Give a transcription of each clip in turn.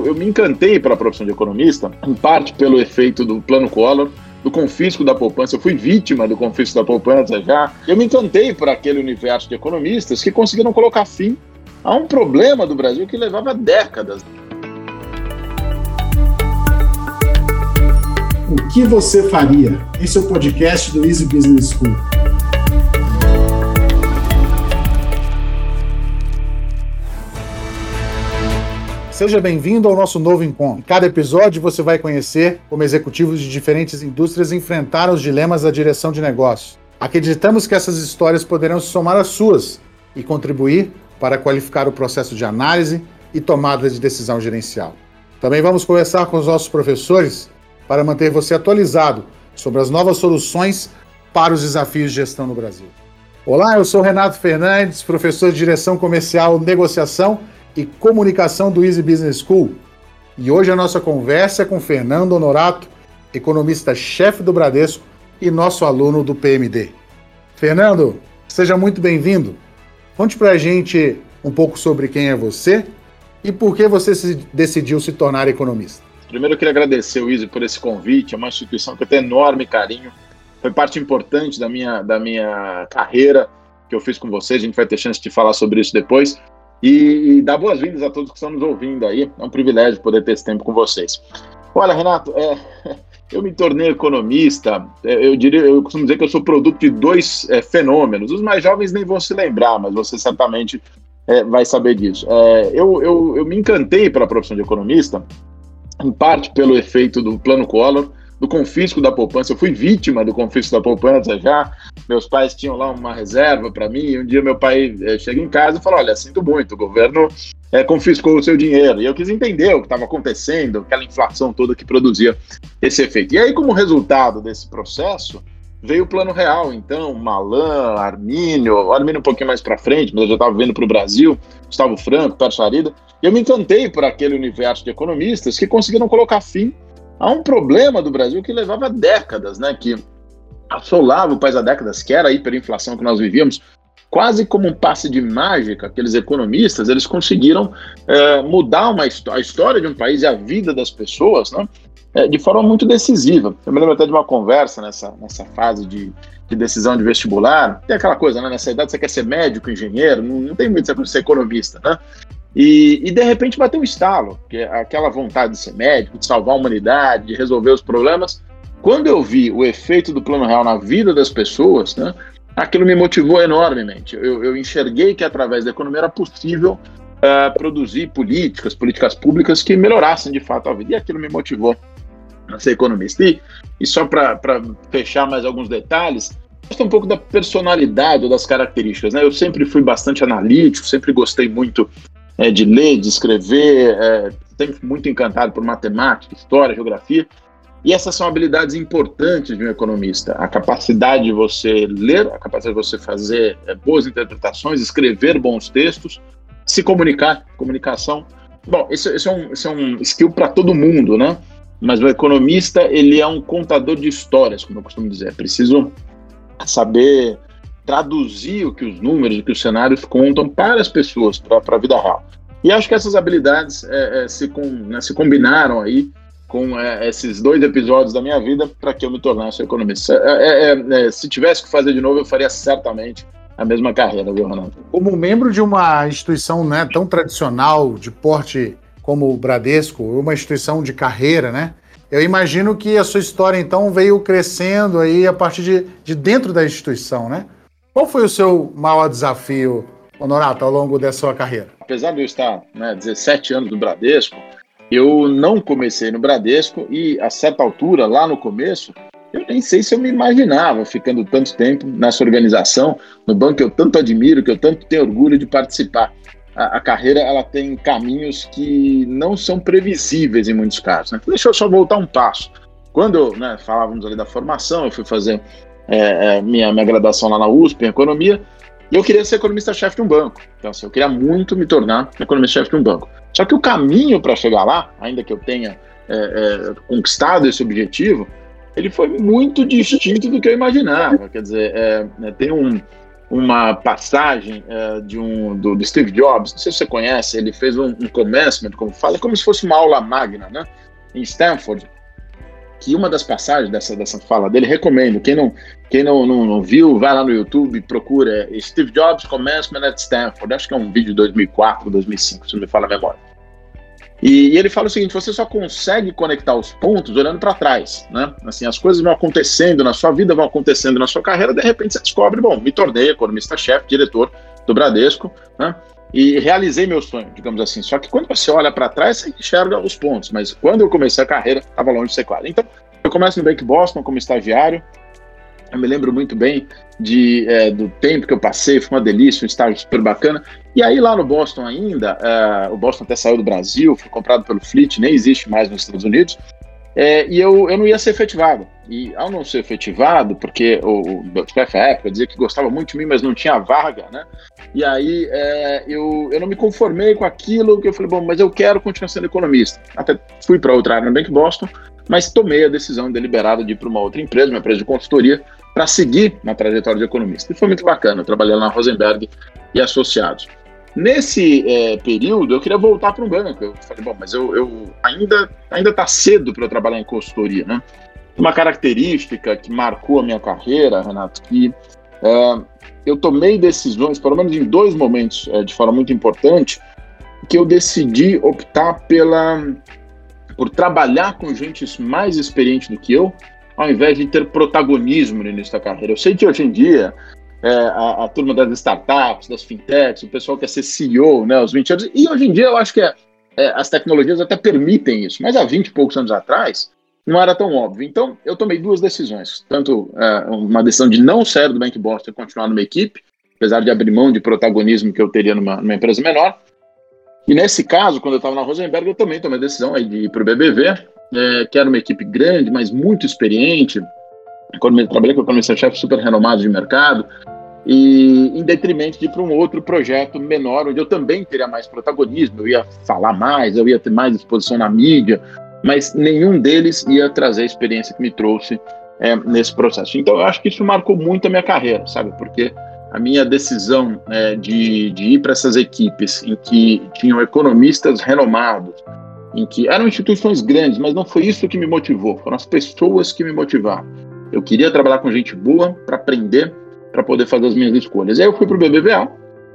eu me encantei pela profissão de economista, em parte pelo efeito do Plano Collor, do confisco da poupança. Eu fui vítima do confisco da poupança já. Eu me encantei por aquele universo de economistas que conseguiram colocar fim a um problema do Brasil que levava décadas. O que você faria? Esse é o podcast do Easy Business School. Seja bem-vindo ao nosso novo encontro. Em cada episódio você vai conhecer como executivos de diferentes indústrias enfrentaram os dilemas da direção de negócio. Acreditamos que essas histórias poderão se somar às suas e contribuir para qualificar o processo de análise e tomada de decisão gerencial. Também vamos conversar com os nossos professores para manter você atualizado sobre as novas soluções para os desafios de gestão no Brasil. Olá, eu sou Renato Fernandes, professor de Direção Comercial, Negociação e Comunicação do Easy Business School. E hoje a nossa conversa é com Fernando Honorato, economista-chefe do Bradesco e nosso aluno do PMD. Fernando, seja muito bem-vindo. Conte pra gente um pouco sobre quem é você e por que você decidiu se tornar economista. Primeiro eu queria agradecer o Easy por esse convite, é uma instituição que eu tenho enorme carinho, foi parte importante da minha carreira que eu fiz com vocês, a gente vai ter chance de falar sobre isso depois. E dar boas-vindas a todos que estão nos ouvindo aí. É um privilégio poder ter esse tempo com vocês. Olha, Renato, eu me tornei economista, eu costumo dizer que eu sou produto de dois fenômenos. Os mais jovens nem vão se lembrar, mas você certamente vai saber disso. Eu me encantei pela profissão de economista, em parte pelo efeito do Plano Collor, do confisco da poupança. Eu fui vítima do confisco da poupança já. Meus pais tinham lá uma reserva para mim, e um dia meu pai chega em casa e fala: olha, sinto muito, o governo confiscou o seu dinheiro. E eu quis entender o que estava acontecendo, aquela inflação toda que produzia esse efeito. E aí, como resultado desse processo, veio o Plano Real. Então, Malan, Armínio um pouquinho mais para frente, mas eu já estava vendo para o Brasil, Gustavo Franco, Pércio Arida. E eu me encantei por aquele universo de economistas que conseguiram colocar fim a um problema do Brasil que levava décadas, né, que assolava o país há décadas, que era a hiperinflação que nós vivíamos. Quase como um passe de mágica, aqueles economistas, eles conseguiram mudar a história de um país e a vida das pessoas, né, de forma muito decisiva. Eu me lembro até de uma conversa nessa fase de decisão de vestibular. Tem aquela coisa, né, nessa idade você quer ser médico, engenheiro, não tem muito você ser economista, né? E de repente bateu um estalo, que é aquela vontade de ser médico, de salvar a humanidade, de resolver os problemas. Quando eu vi o efeito do Plano Real na vida das pessoas, né, aquilo me motivou enormemente. Eu enxerguei que através da economia era possível produzir políticas públicas que melhorassem de fato a vida. E aquilo me motivou a ser economista. E só para fechar mais alguns detalhes, gosto um pouco da personalidade ou das características, né? Eu sempre fui bastante analítico, sempre gostei muito de ler, de escrever, sempre muito encantado por matemática, história, geografia, e essas são habilidades importantes de um economista, a capacidade de você ler, a capacidade de você fazer boas interpretações, escrever bons textos, se comunicar, comunicação. Bom, isso é um skill para todo mundo, né? Mas o economista, ele é um contador de histórias, como eu costumo dizer, é preciso saber traduzir o que os números, o que os cenários contam para as pessoas, para a vida real. E acho que essas habilidades se combinaram aí com esses dois episódios da minha vida para que eu me tornasse economista. Se tivesse que fazer de novo, eu faria certamente a mesma carreira, viu, Renato? Como membro de uma instituição, né, tão tradicional, de porte como o Bradesco, uma instituição de carreira, né? Eu imagino que a sua história, então, veio crescendo aí a partir de dentro da instituição, né? Qual foi o seu maior desafio, Honorato, ao longo da sua carreira? Apesar de eu estar 17 anos no Bradesco, eu não comecei no Bradesco e, a certa altura, lá no começo, eu nem sei se eu me imaginava ficando tanto tempo nessa organização, no banco que eu tanto admiro, que eu tanto tenho orgulho de participar. A carreira, ela tem caminhos que não são previsíveis em muitos casos, né? Deixa eu só voltar um passo. Quando falávamos ali da formação, eu fui fazer minha graduação lá na USP, em economia, e eu queria ser economista-chefe de um banco. Então, assim, eu queria muito me tornar economista-chefe de um banco. Só que o caminho para chegar lá, ainda que eu tenha conquistado esse objetivo, ele foi muito distinto do que eu imaginava. Quer dizer, tem um uma passagem do Steve Jobs, não sei se você conhece, ele fez um commencement, como se fosse uma aula magna, né, em Stanford, que uma das passagens dessa fala dele, recomendo, quem não viu, vai lá no YouTube, procura Steve Jobs Commencement at Stanford, acho que é um vídeo de 2004, 2005, se não me falha a memória. E ele fala o seguinte: você só consegue conectar os pontos olhando para trás, né? Assim, as coisas vão acontecendo na sua vida, vão acontecendo na sua carreira, de repente você descobre, bom, me tornei economista-chefe, diretor do Bradesco, né? E realizei meu sonho, digamos assim. Só que quando você olha para trás, você enxerga os pontos, mas quando eu comecei a carreira, estava longe de ser claro. Então, eu começo no Bank Boston como estagiário. Eu me lembro muito bem do tempo que eu passei, foi uma delícia, um estágio super bacana. E aí lá no Boston ainda, o Boston até saiu do Brasil, foi comprado pelo Fleet, nem existe mais nos Estados Unidos, e eu não ia ser efetivado. E ao não ser efetivado, porque o meu chefe à época dizia que gostava muito de mim, mas não tinha vaga, né? E aí eu não me conformei com aquilo, que eu falei, bom, mas eu quero continuar sendo economista. Até fui para outra área no Bank Boston, mas tomei a decisão deliberada de ir para uma outra empresa, uma empresa de consultoria, para seguir na trajetória de economista. E foi muito bacana, eu trabalhei lá na Rosenberg e Associados. Nesse período, eu queria voltar para um banco. Eu falei, bom, mas eu ainda está cedo para eu trabalhar em consultoria, né? Uma característica que marcou a minha carreira, Renato, que eu tomei decisões, pelo menos em 2 momentos, de forma muito importante, que eu decidi optar por trabalhar com gente mais experiente do que eu, ao invés de ter protagonismo no início da carreira. Eu sei que hoje em dia a turma das startups, das fintechs, o pessoal quer ser CEO, né, aos 20 anos, e hoje em dia eu acho que as tecnologias até permitem isso, mas há 20 e poucos anos atrás não era tão óbvio. Então eu tomei 2 decisões, tanto uma decisão de não sair do Bank Boston e continuar numa equipe, apesar de abrir mão de protagonismo que eu teria numa empresa menor. E nesse caso, quando eu estava na Rosenberg, eu também tomei a decisão aí de ir para o BBV, que era uma equipe grande, mas muito experiente. Trabalhei com economista-chefe super renomado de mercado, e em detrimento de ir para um outro projeto menor, onde eu também teria mais protagonismo, eu ia falar mais, eu ia ter mais exposição na mídia, mas nenhum deles ia trazer a experiência que me trouxe nesse processo. Então, eu acho que isso marcou muito a minha carreira, sabe? Porque a minha decisão de ir para essas equipes em que tinham economistas renomados, em que eram instituições grandes, mas não foi isso que me motivou, foram as pessoas que me motivaram. Eu queria trabalhar com gente boa para aprender, para poder fazer as minhas escolhas. Aí eu fui para o BBVA,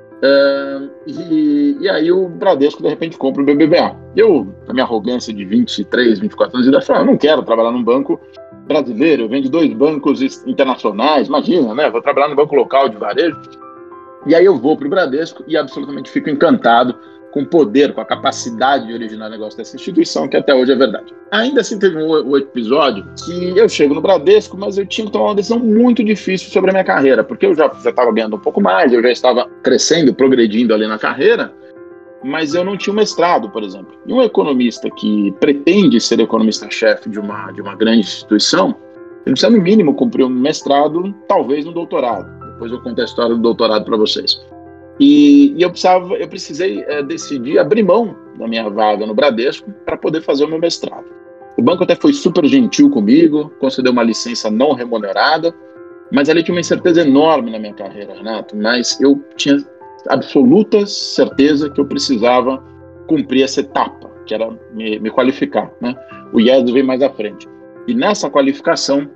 e aí o Bradesco, de repente, compra o BBVA. Eu, na minha arrogância de 23, 24 anos de idade, falei, eu não quero trabalhar num banco brasileiro, eu venho de 2 bancos internacionais, imagina, né? Vou trabalhar no banco local de varejo. E aí eu vou para o Bradesco e absolutamente fico encantado com o poder, com a capacidade de originar negócio dessa instituição, que até hoje é verdade. Ainda assim, teve um episódio que eu chego no Bradesco, mas eu tinha que tomar uma decisão muito difícil sobre a minha carreira, porque eu já estava ganhando um pouco mais, eu já estava crescendo, progredindo ali na carreira, mas eu não tinha um mestrado, por exemplo. E um economista que pretende ser economista-chefe de uma grande instituição, ele precisa, no mínimo, cumprir um mestrado, talvez um doutorado. Depois eu conto a história do doutorado para vocês. E eu precisei decidir abrir mão da minha vaga no Bradesco para poder fazer o meu mestrado. O banco até foi super gentil comigo, concedeu uma licença não remunerada, mas ali tinha uma incerteza enorme na minha carreira, Renato, mas eu tinha absoluta certeza que eu precisava cumprir essa etapa, que era me qualificar, né? O IES veio mais à frente. E nessa qualificação,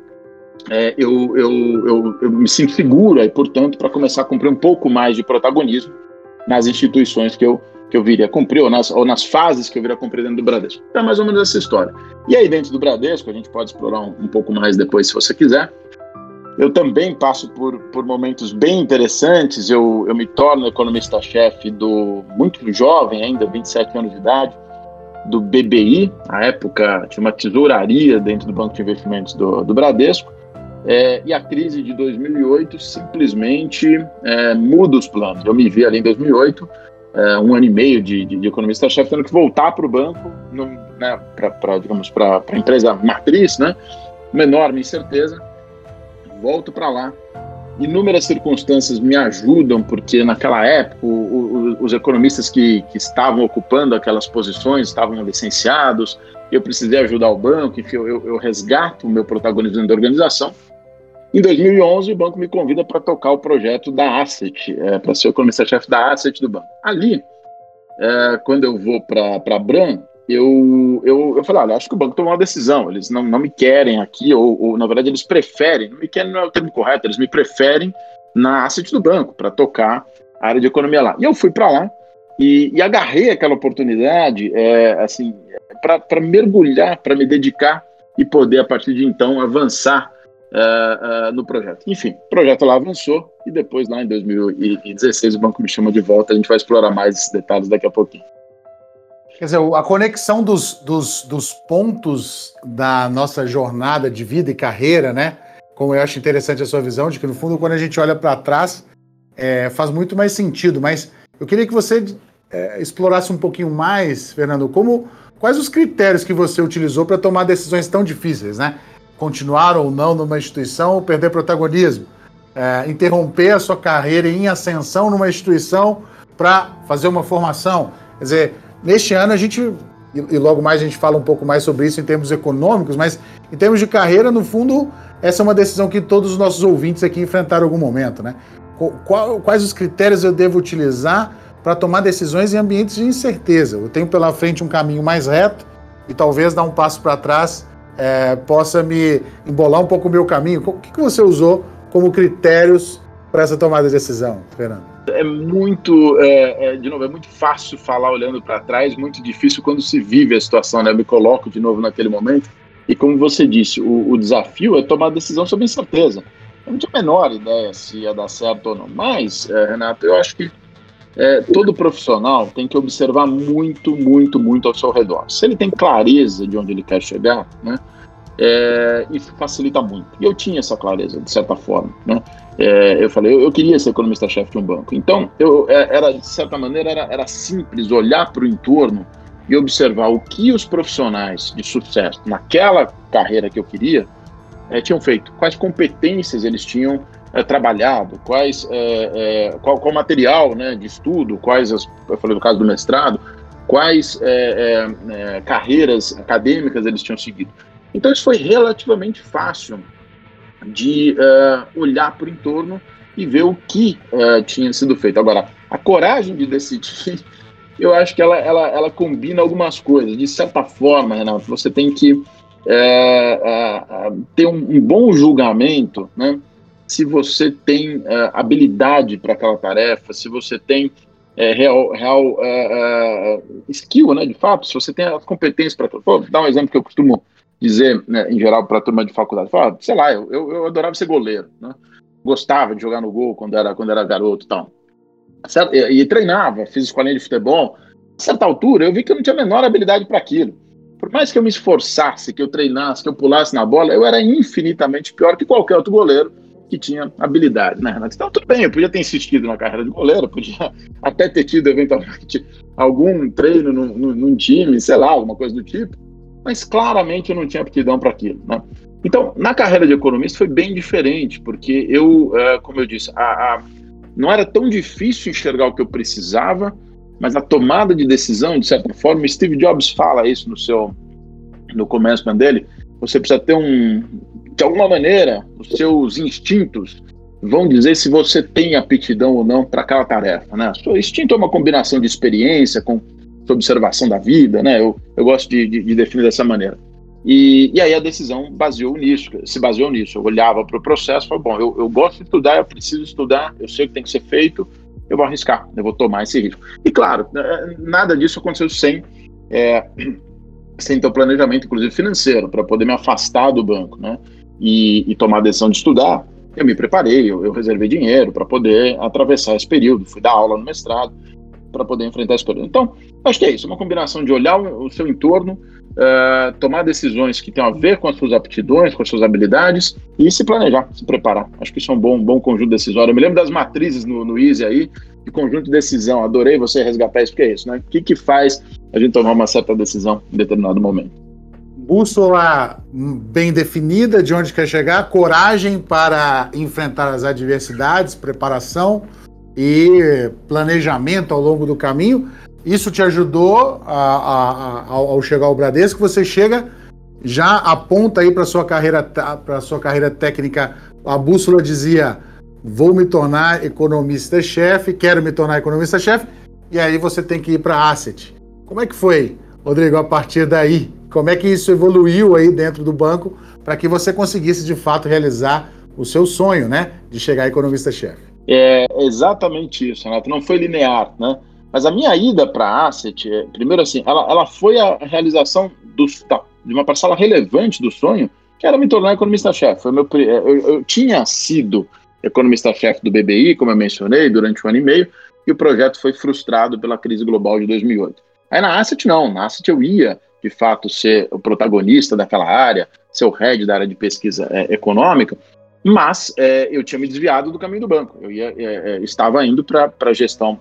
eu me sinto seguro, aí, portanto, para começar a cumprir um pouco mais de protagonismo nas instituições que eu viria a cumprir, ou nas fases que eu viria a cumprir dentro do Bradesco. É mais ou menos essa história. E aí, dentro do Bradesco, a gente pode explorar um pouco mais depois, se você quiser. Eu também passo por momentos bem interessantes. Eu me torno economista-chefe muito jovem ainda, 27 anos de idade, do BBI. Na época, tinha uma tesouraria dentro do Banco de Investimentos do Bradesco. E a crise de 2008 simplesmente muda os planos. Eu me vi ali em 2008, 1 ano e meio de economista-chefe, tendo que voltar para o banco, para a empresa matriz, né? Uma enorme incerteza. Volto para lá. Inúmeras circunstâncias me ajudam, porque naquela época os economistas que estavam ocupando aquelas posições estavam licenciados, eu precisei ajudar o banco, enfim, eu resgato o meu protagonismo dentro da organização. Em 2011, o banco me convida para tocar o projeto da Asset, para ser o economista-chefe da Asset do banco. Ali, quando eu vou para a Bram, eu falei, olha, acho que o banco tomou uma decisão, eles não me querem aqui, ou na verdade eles preferem, não me querem não é o termo correto, eles me preferem na Asset do banco, para tocar a área de economia lá. E eu fui para lá e agarrei aquela oportunidade assim, para mergulhar, para me dedicar e poder, a partir de então, avançar no projeto. Enfim, o projeto lá avançou e depois, lá em 2016, o banco me chama de volta. A gente vai explorar mais esses detalhes daqui a pouquinho. Quer dizer, a conexão dos pontos da nossa jornada de vida e carreira, né? Como eu acho interessante a sua visão, de que, no fundo, quando a gente olha para trás, faz muito mais sentido. Mas eu queria que você explorasse um pouquinho mais, Fernando, quais os critérios que você utilizou para tomar decisões tão difíceis, né? Continuar ou não numa instituição, perder protagonismo, interromper a sua carreira em ascensão numa instituição para fazer uma formação. Quer dizer, neste ano a gente, e logo mais a gente fala um pouco mais sobre isso em termos econômicos, mas em termos de carreira, no fundo, essa é uma decisão que todos os nossos ouvintes aqui enfrentaram em algum momento, né? Quais os critérios eu devo utilizar para tomar decisões em ambientes de incerteza? Eu tenho pela frente um caminho mais reto e talvez dar um passo para trás possa me embolar um pouco o meu caminho. O que você usou como critérios para essa tomada de decisão, Fernando? É muito, de novo, é muito fácil falar olhando para trás, muito difícil quando se vive a situação, né? Eu me coloco de novo naquele momento e, como você disse, o desafio é tomar decisão sobre incerteza. Eu não tinha a menor ideia se ia dar certo ou não, mas, Renato, eu acho que todo profissional tem que observar muito, muito, muito ao seu redor. Se ele tem clareza de onde ele quer chegar, né, isso facilita muito. E eu tinha essa clareza, de certa forma, né? Eu falei, eu queria ser economista-chefe de um banco. Então, de certa maneira, era simples olhar para o entorno e observar o que os profissionais de sucesso naquela carreira que eu queria tinham feito, quais competências eles tinham trabalhado, qual material, né, de estudo, eu falei no caso do mestrado, quais carreiras acadêmicas eles tinham seguido. Então isso foi relativamente fácil de olhar para o entorno e ver o que tinha sido feito. Agora, a coragem de decidir, eu acho que ela combina algumas coisas. De certa forma, Renato, você tem que ter um bom julgamento, né? Se você tem habilidade para aquela tarefa, se você tem real skill, né, de fato, se você tem as competências para... Vou dar um exemplo que eu costumo dizer, né, em geral, para a turma de faculdade. Sei lá, eu adorava ser goleiro, né? Gostava de jogar no gol quando era garoto e tal. E treinava, fiz escolinha de futebol. A certa altura, eu vi que eu não tinha a menor habilidade para aquilo. Por mais que eu me esforçasse, que eu treinasse, que eu pulasse na bola, eu era infinitamente pior que qualquer outro goleiro que tinha habilidade, né? Então, tudo bem, eu podia ter insistido na carreira de goleiro, podia até ter tido, eventualmente, algum treino num time, sei lá, alguma coisa do tipo, mas claramente eu não tinha aptidão para aquilo, né? Então, na carreira de economista foi bem diferente, porque como eu disse, não era tão difícil enxergar o que eu precisava, mas a tomada de decisão, de certa forma, Steve Jobs fala isso no commencement dele, você precisa ter de alguma maneira, os seus instintos vão dizer se você tem aptidão ou não para aquela tarefa, né? O instinto é uma combinação de experiência com sua observação da vida, né? Eu gosto de definir dessa maneira. E aí a decisão se baseou nisso. Eu olhava para o processo e falava, bom, eu gosto de estudar, eu preciso estudar, eu sei o que tem que ser feito, eu vou arriscar, eu vou tomar esse risco. E claro, nada disso aconteceu sem ter um planejamento, inclusive financeiro, para poder me afastar do banco, né? E tomar a decisão de estudar. Eu me preparei, eu reservei dinheiro para poder atravessar esse período, fui dar aula no mestrado para poder enfrentar esse período. Então, acho que é isso, uma combinação de olhar o seu entorno, tomar decisões que tenham a ver com as suas aptidões, com as suas habilidades e se planejar, se preparar. Acho que isso é um bom conjunto decisório. Eu me lembro das matrizes no Easy aí, de conjunto de decisão. Adorei você resgatar isso, porque é isso, né? O que faz a gente tomar uma certa decisão em determinado momento? Bússola bem definida de onde quer chegar, coragem para enfrentar as adversidades, preparação e planejamento ao longo do caminho. Isso te ajudou ao chegar ao Bradesco. Você chega, já aponta aí para sua carreira técnica a bússola dizia: vou me tornar economista-chefe, quero me tornar economista-chefe, e aí você tem que ir para a Asset. Como é que foi, Rodrigo, a partir daí? Como é que isso evoluiu aí dentro do banco para que você conseguisse, de fato, realizar o seu sonho, né, de chegar a economista-chefe? É exatamente isso, Renato. Não foi linear, né? Mas a minha ida para a Asset, primeiro assim, ela foi a realização de uma parcela relevante do sonho, que era me tornar economista-chefe. Eu tinha sido economista-chefe do BBI, como eu mencionei, durante 1 ano e meio, e o projeto foi frustrado pela crise global de 2008. Aí na Asset não, na Asset eu ia, de fato, ser o protagonista daquela área, ser o head da área de pesquisa econômica, mas eu tinha me desviado do caminho do banco. Eu estava indo para a gestão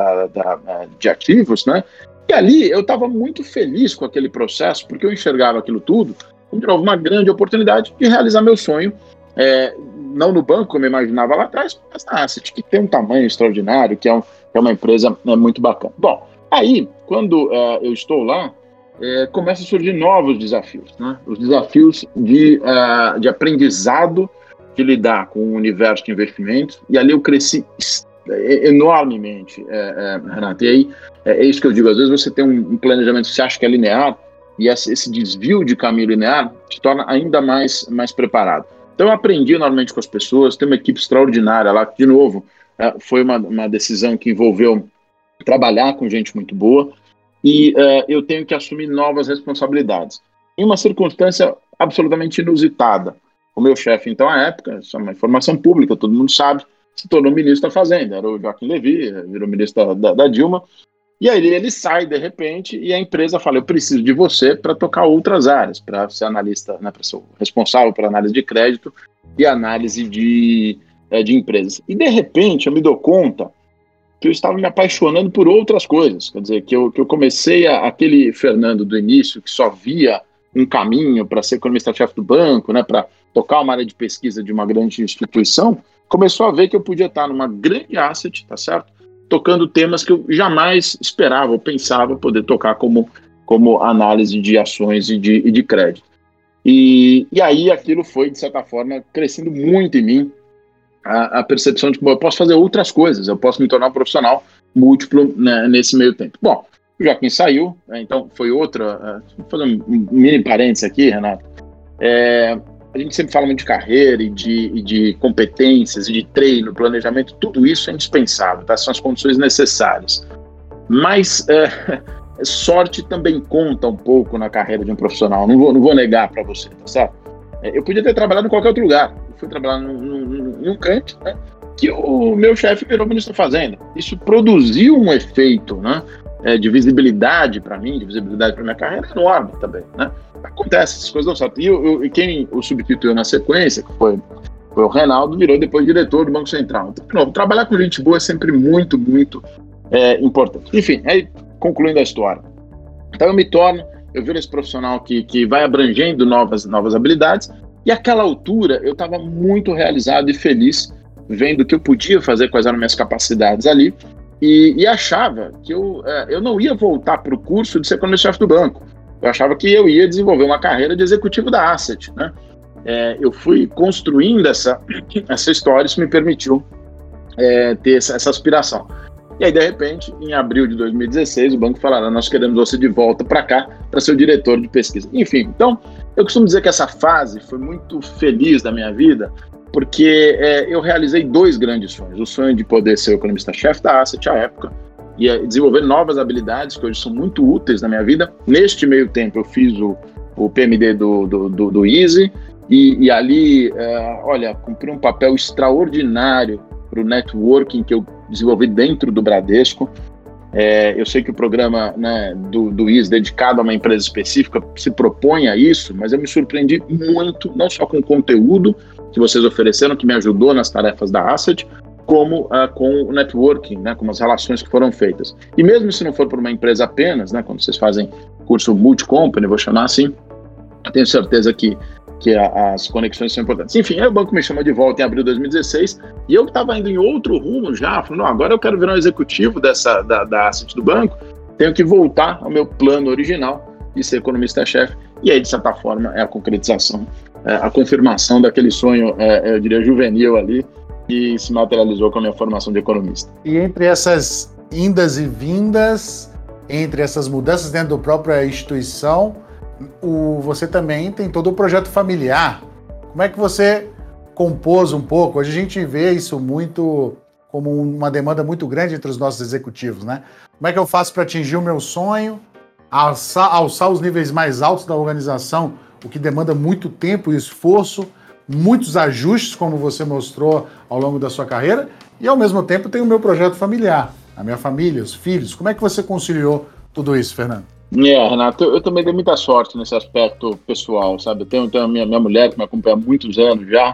de ativos, né? E ali eu estava muito feliz com aquele processo, porque eu enxergava aquilo tudo como, de novo, uma grande oportunidade de realizar meu sonho, não no banco, como eu imaginava lá atrás, mas na Asset, que tem um tamanho extraordinário, que é uma empresa muito bacana. Bom, aí, quando eu estou lá, começam a surgir novos desafios, né? Os desafios de aprendizado, de lidar com o universo de investimentos, e ali eu cresci enormemente, Renato. E aí, é isso que eu digo, às vezes você tem um planejamento que você acha que é linear, e esse desvio de caminho linear te torna ainda mais preparado. Então eu aprendi enormemente com as pessoas, tem uma equipe extraordinária lá, que, de novo, foi uma decisão que envolveu trabalhar com gente muito boa, e eu tenho que assumir novas responsabilidades. Em uma circunstância absolutamente inusitada, o meu chefe, então, à época, isso é uma informação pública, todo mundo sabe, se tornou ministro da Fazenda, era o Joaquim Levy, virou ministro da Dilma, e aí ele sai de repente e a empresa fala: eu preciso de você para tocar outras áreas, para ser analista, né, para ser o responsável por análise de crédito e análise de empresas. E de repente eu me dou conta que eu estava me apaixonando por outras coisas, quer dizer, que eu comecei aquele Fernando do início, que só via um caminho para ser economista-chefe do banco, né, para tocar uma área de pesquisa de uma grande instituição, começou a ver que eu podia estar numa grande asset, tá certo? Tocando temas que eu jamais esperava ou pensava poder tocar como análise de ações e de crédito. E aí aquilo foi, de certa forma, crescendo muito em mim, a percepção de que eu posso fazer outras coisas, eu posso me tornar um profissional múltiplo, né, nesse meio tempo. Bom, o Joaquim saiu, então foi outra... vou fazer um mini parênteses aqui, Renato. A gente sempre fala muito de carreira e de competências e de treino, planejamento, tudo isso é indispensável, tá? São as condições necessárias. Mas sorte também conta um pouco na carreira de um profissional, não vou negar para você, tá certo? Eu podia ter trabalhado em qualquer outro lugar, eu fui trabalhar em um canto, né, que o meu chefe virou ministro da Fazenda. Isso produziu um efeito, né, de visibilidade para mim, de visibilidade para minha carreira enorme também, né? Acontece, essas coisas não certo. E quem o substituiu na sequência, que foi o Reinaldo, virou depois diretor do Banco Central. Então, de novo, trabalhar com gente boa é sempre muito, muito importante. Enfim, aí concluindo a história. Então eu viro esse profissional que vai abrangendo novas habilidades, e àquela altura eu estava muito realizado e feliz, vendo o que eu podia fazer, quais eram minhas capacidades ali, e achava que eu não ia voltar para o curso de ser economista-chefe do banco. Eu achava que eu ia desenvolver uma carreira de executivo da Asset, né? Eu fui construindo essa história, isso me permitiu ter essa aspiração. E aí, de repente, em abril de 2016, o banco falou: nós queremos você de volta para cá para ser o diretor de pesquisa. Enfim, então, eu costumo dizer que essa fase foi muito feliz da minha vida, porque eu realizei 2 grandes sonhos. O sonho de poder ser o economista-chefe da Asset à época, e desenvolver novas habilidades que hoje são muito úteis na minha vida. Neste meio tempo eu fiz o PMD do Easy, e ali, cumpri um papel extraordinário para o networking que eu desenvolvi dentro do Bradesco. Eu sei que o programa, né, do Easy, dedicado a uma empresa específica, se propõe a isso, mas eu me surpreendi muito, não só com o conteúdo que vocês ofereceram, que me ajudou nas tarefas da Asset, como com o networking, né, com as relações que foram feitas. E mesmo se não for por uma empresa apenas, né, quando vocês fazem curso multi-company, vou chamar assim, eu tenho certeza que as conexões são importantes. Enfim, aí o banco me chamou de volta em abril de 2016, e eu estava indo em outro rumo já, falando: agora eu quero virar um executivo da Asset do banco, tenho que voltar ao meu plano original de ser economista-chefe, E aí, de certa forma, é a concretização, a confirmação daquele sonho, eu diria, juvenil ali, que se materializou com a minha formação de economista. E entre essas indas e vindas, entre essas mudanças dentro da própria instituição, você também tem todo o projeto familiar. Como é que você compôs um pouco? Hoje a gente vê isso muito como uma demanda muito grande entre os nossos executivos, né? Como é que eu faço para atingir o meu sonho, alçar os níveis mais altos da organização, o que demanda muito tempo e esforço, muitos ajustes, como você mostrou ao longo da sua carreira, e ao mesmo tempo tem o meu projeto familiar, a minha família, os filhos. Como é que você conciliou tudo isso, Fernando? Renato, eu também dei muita sorte nesse aspecto pessoal, sabe? Eu tenho a minha mulher que me acompanha há muitos anos já,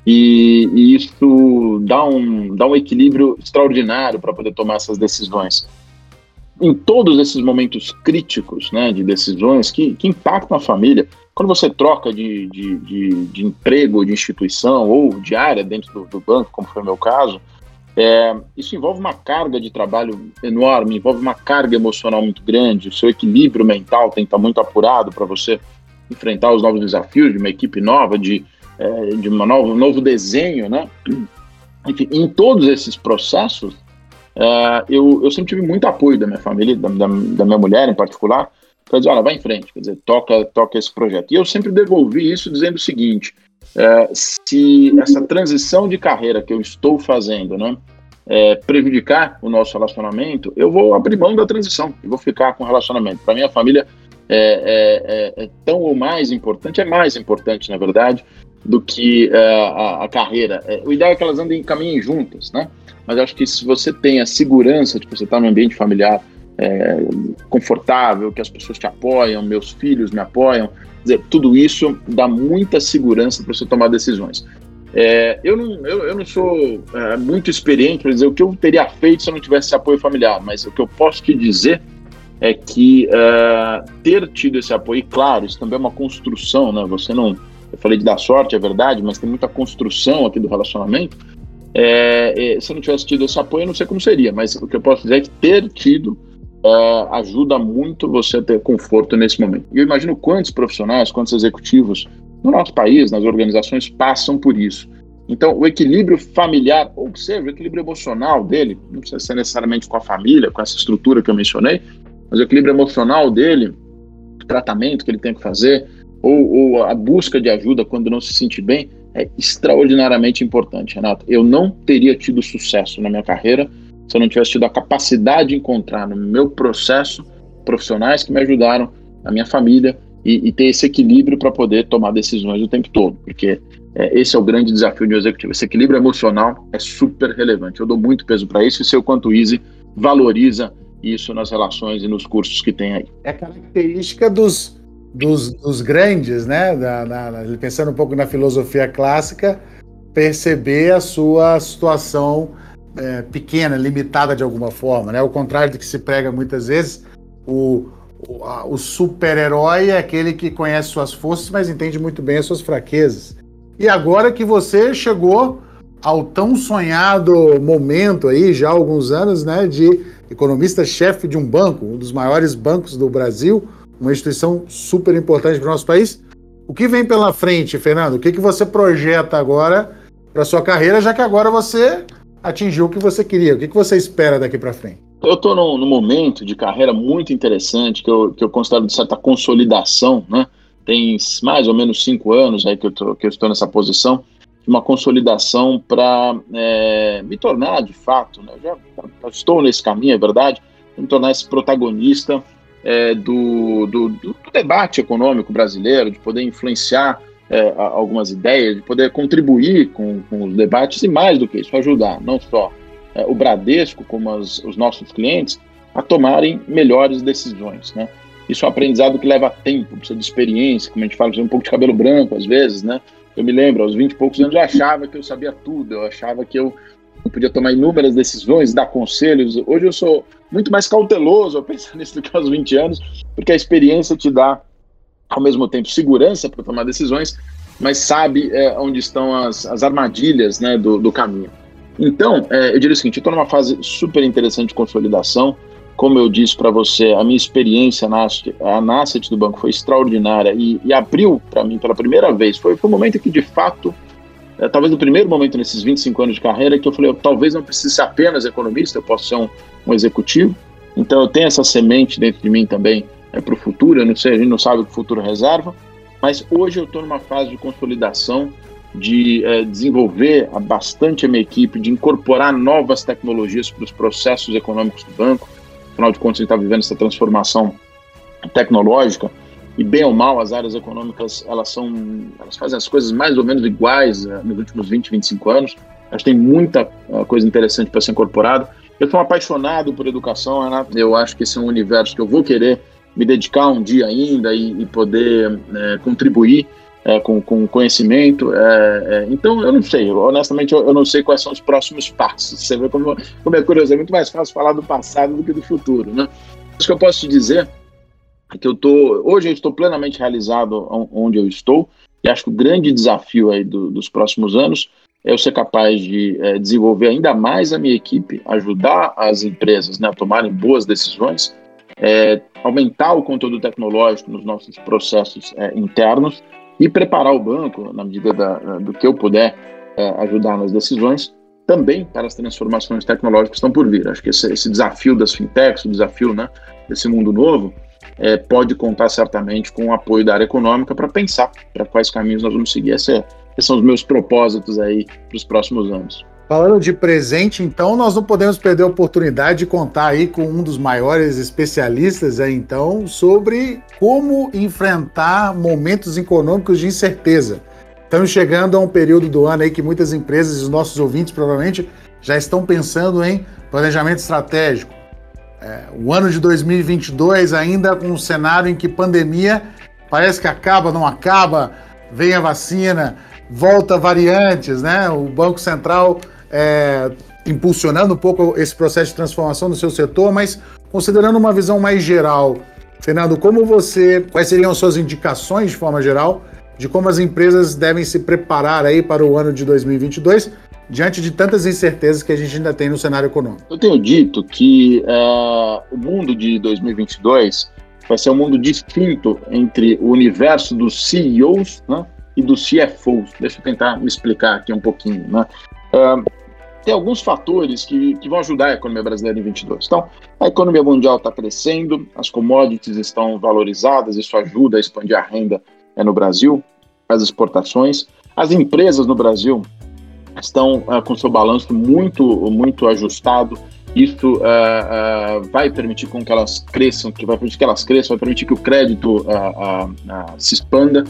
e isso dá um equilíbrio extraordinário para poder tomar essas decisões. Em todos esses momentos críticos, né, de decisões que impactam a família, quando você troca de emprego, de instituição ou de área dentro do banco, como foi o meu caso, isso envolve uma carga de trabalho enorme, envolve uma carga emocional muito grande, o seu equilíbrio mental tem que estar muito apurado para você enfrentar os novos desafios de uma equipe nova, de um novo desenho, né? Enfim, em todos esses processos, eu sempre tive muito apoio da minha família, da minha mulher em particular, para dizer, olha, vai em frente, quer dizer, toca esse projeto. E eu sempre devolvi isso dizendo o seguinte, se essa transição de carreira que eu estou fazendo, né, prejudicar o nosso relacionamento, eu vou abrir mão da transição, eu vou ficar com o relacionamento. Para minha família é tão ou mais importante, na verdade, do que a carreira. O ideal é que elas caminhem juntas, né? Mas eu acho que se você tem a segurança de que você está num ambiente familiar confortável, que as pessoas te apoiam, meus filhos me apoiam, quer dizer, tudo isso dá muita segurança para você tomar decisões. Eu não sou muito experiente para dizer o que eu teria feito se eu não tivesse esse apoio familiar, mas o que eu posso te dizer é que ter tido esse apoio, e claro, isso também é uma construção, né? Eu falei de dar sorte, é verdade, mas tem muita construção aqui do relacionamento. Se eu não tivesse tido esse apoio, eu não sei como seria, mas o que eu posso dizer é que ter tido ajuda muito você a ter conforto nesse momento. E eu imagino quantos profissionais, quantos executivos no nosso país, nas organizações, passam por isso. Então, o equilíbrio familiar, ou seja, o equilíbrio emocional dele, não precisa ser necessariamente com a família, com essa estrutura que eu mencionei, mas o equilíbrio emocional dele, o tratamento que ele tem que fazer, ou a busca de ajuda quando não se sente bem, é extraordinariamente importante, Renato. Eu não teria tido sucesso na minha carreira se eu não tivesse tido a capacidade de encontrar no meu processo profissionais que me ajudaram, a minha família, e ter esse equilíbrio para poder tomar decisões o tempo todo, porque esse é o grande desafio de um executivo. Esse equilíbrio emocional é super relevante. Eu dou muito peso para isso e sei o quanto o Easy valoriza isso nas relações e nos cursos que tem aí. É característica dos grandes, né? Pensando um pouco na filosofia clássica, perceber a sua situação pequena, limitada de alguma forma, né? Ao contrário do que se prega muitas vezes, o super-herói é aquele que conhece suas forças, mas entende muito bem as suas fraquezas. E agora que você chegou ao tão sonhado momento aí, já há alguns anos, né, de economista-chefe de um banco, um dos maiores bancos do Brasil, uma instituição super importante para o nosso país. O que vem pela frente, Fernando? O que você projeta agora para a sua carreira, já que agora você atingiu o que você queria? O que você espera daqui para frente? Eu estou num momento de carreira muito interessante, que eu considero de certa consolidação, né? Tem mais ou menos 5 anos aí que eu estou nessa posição, de uma consolidação para me tornar, de fato, né? Eu já estou nesse caminho, é verdade, me tornar esse protagonista do debate econômico brasileiro, de poder influenciar algumas ideias, de poder contribuir com os debates e, mais do que isso, ajudar não só o Bradesco, como os nossos clientes, a tomarem melhores decisões, né? Isso é um aprendizado que leva tempo, precisa de experiência, como a gente fala, precisa um pouco de cabelo branco às vezes, né? Eu me lembro, aos 20 e poucos anos eu achava que eu sabia tudo, eu achava que eu podia tomar inúmeras decisões, dar conselhos. Hoje eu sou muito mais cauteloso ao pensar nisso do que aos 20 anos, porque a experiência te dá, ao mesmo tempo, segurança para tomar decisões, mas sabe onde estão as armadilhas, né, do caminho. Então, eu diria o seguinte, eu estou numa fase super interessante de consolidação, como eu disse para você, a minha experiência na Asset do banco foi extraordinária e abriu para mim pela primeira vez. Foi um momento que, de fato, talvez o primeiro momento nesses 25 anos de carreira que eu falei, eu talvez não precise ser apenas economista, eu posso ser um executivo. Então eu tenho essa semente dentro de mim também para o futuro. Eu não sei, a gente não sabe o que o futuro reserva, mas hoje eu estou numa fase de consolidação, de desenvolver bastante a minha equipe, de incorporar novas tecnologias para os processos econômicos do banco. Afinal de contas, a gente está vivendo essa transformação tecnológica e, bem ou mal, as áreas econômicas elas fazem as coisas mais ou menos iguais nos últimos 20, 25 anos. Acho que tem muita coisa interessante para ser incorporada. Eu sou apaixonado por educação, Renato. Eu acho que esse é um universo que eu vou querer me dedicar um dia ainda e poder contribuir com conhecimento. Então, eu não sei. Honestamente, eu não sei quais são os próximos passos. Você vê como é curioso. É muito mais fácil falar do passado do que do futuro, né? Acho que eu posso te dizer é que hoje eu estou plenamente realizado onde eu estou, e acho que o grande desafio aí dos próximos anos é eu ser capaz de desenvolver ainda mais a minha equipe, ajudar as empresas, né, a tomarem boas decisões, aumentar o conteúdo tecnológico nos nossos processos internos e preparar o banco, na medida do que eu puder ajudar nas decisões, também para as transformações tecnológicas que estão por vir. Acho que esse desafio das fintechs, o desafio, né, desse mundo novo, pode contar certamente com o apoio da área econômica para pensar para quais caminhos nós vamos seguir. Esses são os meus propósitos aí para os próximos anos. Falando de presente, então, nós não podemos perder a oportunidade de contar aí com um dos maiores especialistas aí, então, sobre como enfrentar momentos econômicos de incerteza. Estamos chegando a um período do ano aí que muitas empresas e os nossos ouvintes provavelmente já estão pensando em planejamento estratégico. O ano de 2022 ainda com um cenário em que pandemia parece que acaba, não acaba, vem a vacina, volta variantes, né? O Banco Central impulsionando um pouco esse processo de transformação do seu setor, mas considerando uma visão mais geral, Fernando, quais seriam as suas indicações de forma geral de como as empresas devem se preparar aí para o ano de 2022 diante de tantas incertezas que a gente ainda tem no cenário econômico? Eu tenho dito que o mundo de 2022 vai ser um mundo distinto entre o universo dos CEOs, né, e dos CFOs. Deixa eu tentar me explicar aqui um pouquinho, né? Tem alguns fatores que vão ajudar a economia brasileira em 2022. Então, a economia mundial está crescendo, as commodities estão valorizadas, isso ajuda a expandir a renda no Brasil, as exportações. As empresas no Brasil estão com seu balanço muito ajustado. Isso vai permitir que elas cresçam, vai permitir que o crédito se expanda.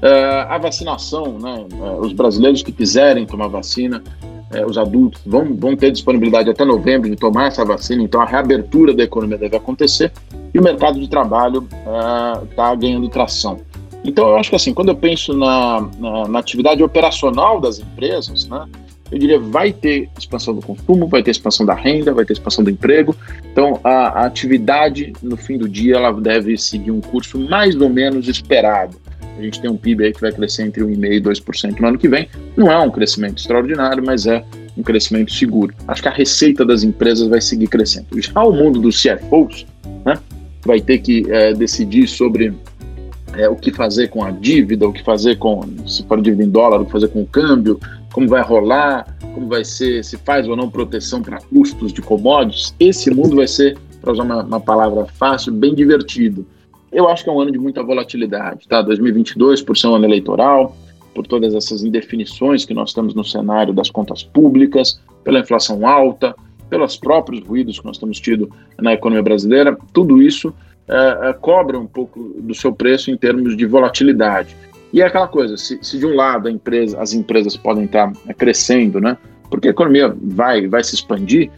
A vacinação, né? Os brasileiros que quiserem tomar vacina, os adultos vão ter disponibilidade até novembro de tomar essa vacina, então a reabertura da economia deve acontecer e o mercado de trabalho está ganhando tração. Então, eu acho que assim, quando eu penso na atividade operacional das empresas, né, eu diria vai ter expansão do consumo, vai ter expansão da renda, vai ter expansão do emprego. Então, a atividade, no fim do dia, ela deve seguir um curso mais ou menos esperado. A gente tem um PIB aí que vai crescer entre 1,5% e 2% no ano que vem. Não é um crescimento extraordinário, mas é um crescimento seguro. Acho que a receita das empresas vai seguir crescendo. Já o mundo dos CFOs, né, vai ter que decidir sobre o que fazer com a dívida, o que fazer se for dívida em dólar, o que fazer com o câmbio, como vai rolar, como vai ser, se faz ou não proteção para custos de commodities. Esse mundo vai ser, para usar uma palavra fácil, bem divertido. Eu acho que é um ano de muita volatilidade, tá? 2022, por ser um ano eleitoral, por todas essas indefinições que nós temos no cenário das contas públicas, pela inflação alta, pelos próprios ruídos que nós temos tido na economia brasileira, tudo isso cobra um pouco do seu preço em termos de volatilidade. E é aquela coisa, se de um lado as empresas podem estar crescendo, né? Porque a economia vai se expandir,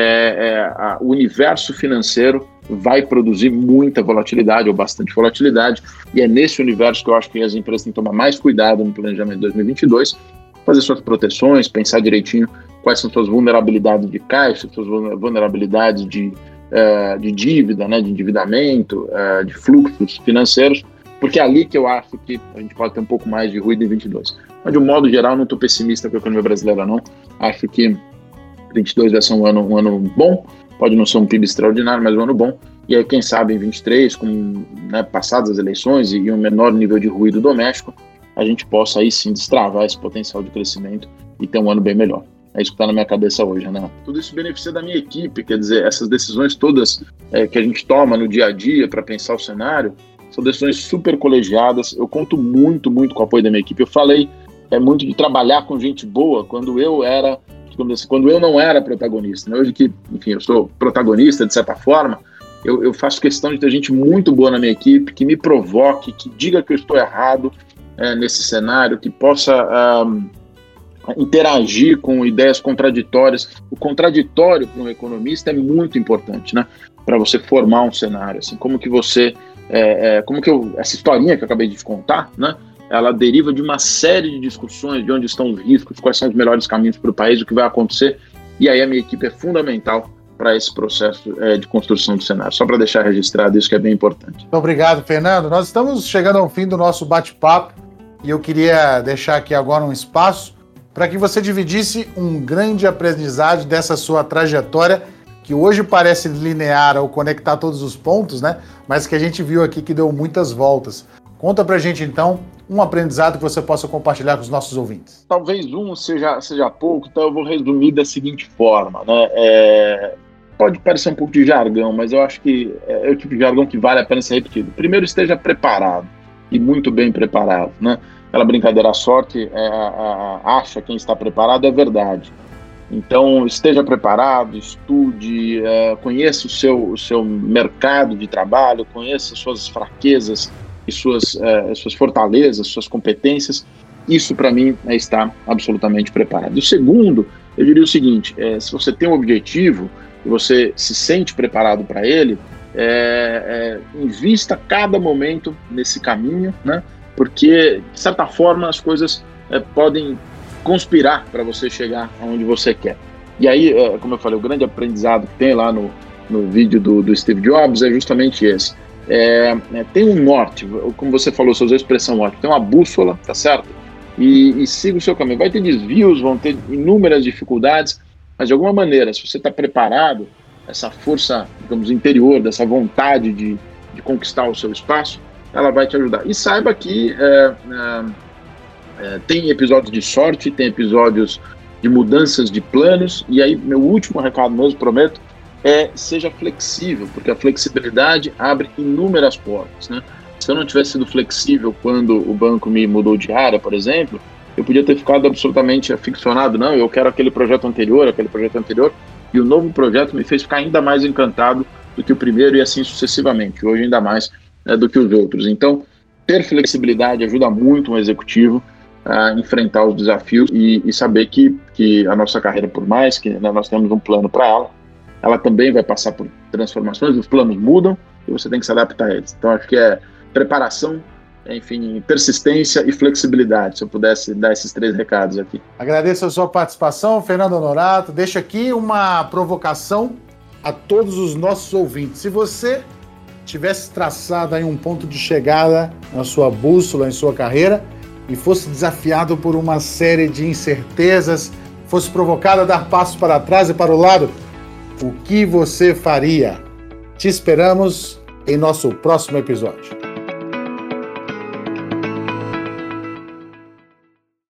o universo financeiro vai produzir muita volatilidade ou bastante volatilidade, e é nesse universo que eu acho que as empresas têm que tomar mais cuidado no planejamento de 2022, fazer suas proteções, pensar direitinho quais são suas vulnerabilidades de caixa, suas vulnerabilidades de dívida, né, de endividamento, de fluxos financeiros, porque é ali que eu acho que a gente pode ter um pouco mais de ruído em 2022. Mas, de um modo geral, não estou pessimista com a economia brasileira, não. Acho que 2022 vai ser um ano bom, pode não ser um PIB extraordinário, mas um ano bom. E aí, quem sabe, em 23, passadas as eleições e um menor nível de ruído doméstico, a gente possa aí sim destravar esse potencial de crescimento e ter um ano bem melhor. É isso que está na minha cabeça hoje, Renato. Tudo isso beneficia da minha equipe, quer dizer, essas decisões todas que a gente toma no dia a dia para pensar o cenário, são decisões super colegiadas. Eu conto muito, muito com o apoio da minha equipe. Eu falei muito de trabalhar com gente boa quando eu era, digamos assim, quando eu não era protagonista. Né? Hoje que, enfim, eu sou protagonista de certa forma, eu faço questão de ter gente muito boa na minha equipe, que me provoque, que diga que eu estou errado nesse cenário, que possa interagir com ideias contraditórias. O contraditório para um economista é muito importante, né? Para você formar um cenário, assim, essa historinha que eu acabei de te contar, né? Ela deriva de uma série de discussões de onde estão os riscos, quais são os melhores caminhos para o país, o que vai acontecer, e aí a minha equipe é fundamental para esse processo de construção do cenário. Só para deixar registrado isso que é bem importante. Muito obrigado, Fernando. Nós estamos chegando ao fim do nosso bate-papo e eu queria deixar aqui agora um espaço para que você dividisse um grande aprendizado dessa sua trajetória, que hoje parece linear ao conectar todos os pontos, né? Mas que a gente viu aqui que deu muitas voltas. Conta pra gente, então, um aprendizado que você possa compartilhar com os nossos ouvintes. Talvez seja pouco, então eu vou resumir da seguinte forma, né? Pode parecer um pouco de jargão, mas eu acho que é o tipo de jargão que vale a pena ser repetido. Primeiro, esteja preparado, e muito bem preparado, né? Aquela brincadeira, a sorte acha quem está preparado, é verdade. Então, esteja preparado, estude, conheça o seu mercado de trabalho, conheça suas fraquezas e suas fortalezas, suas competências. Isso, para mim, é estar absolutamente preparado. E o segundo, eu diria o seguinte, se você tem um objetivo e você se sente preparado para ele, invista cada momento nesse caminho, né? Porque, de certa forma, as coisas podem conspirar para você chegar aonde você quer. E aí, como eu falei, o grande aprendizado que tem lá no vídeo do Steve Jobs é justamente esse. Tem um norte, como você falou, você usou a expressão ótima, tem uma bússola, tá certo? E siga o seu caminho. Vai ter desvios, vão ter inúmeras dificuldades, mas de alguma maneira, se você está preparado, essa força, digamos, interior, dessa vontade de conquistar o seu espaço, ela vai te ajudar. E saiba que tem episódios de sorte, tem episódios de mudanças de planos, e aí meu último recado mesmo, prometo, seja flexível, porque a flexibilidade abre inúmeras portas, né? Se eu não tivesse sido flexível quando o banco me mudou de área, por exemplo, eu podia ter ficado absolutamente aficionado, não, eu quero aquele projeto anterior, e o novo projeto me fez ficar ainda mais encantado do que o primeiro e assim sucessivamente, hoje ainda mais do que os outros. Então, ter flexibilidade ajuda muito um executivo a enfrentar os desafios e saber que a nossa carreira, por mais que nós temos um plano para ela também vai passar por transformações, os planos mudam e você tem que se adaptar a eles. Então, acho que preparação, enfim, persistência e flexibilidade, se eu pudesse dar esses 3 recados aqui. Agradeço a sua participação, Fernando Honorato. Deixo aqui uma provocação a todos os nossos ouvintes. Se você tivesse traçado aí um ponto de chegada na sua bússola, em sua carreira, e fosse desafiado por uma série de incertezas, fosse provocado a dar passos para trás e para o lado, o que você faria? Te esperamos em nosso próximo episódio.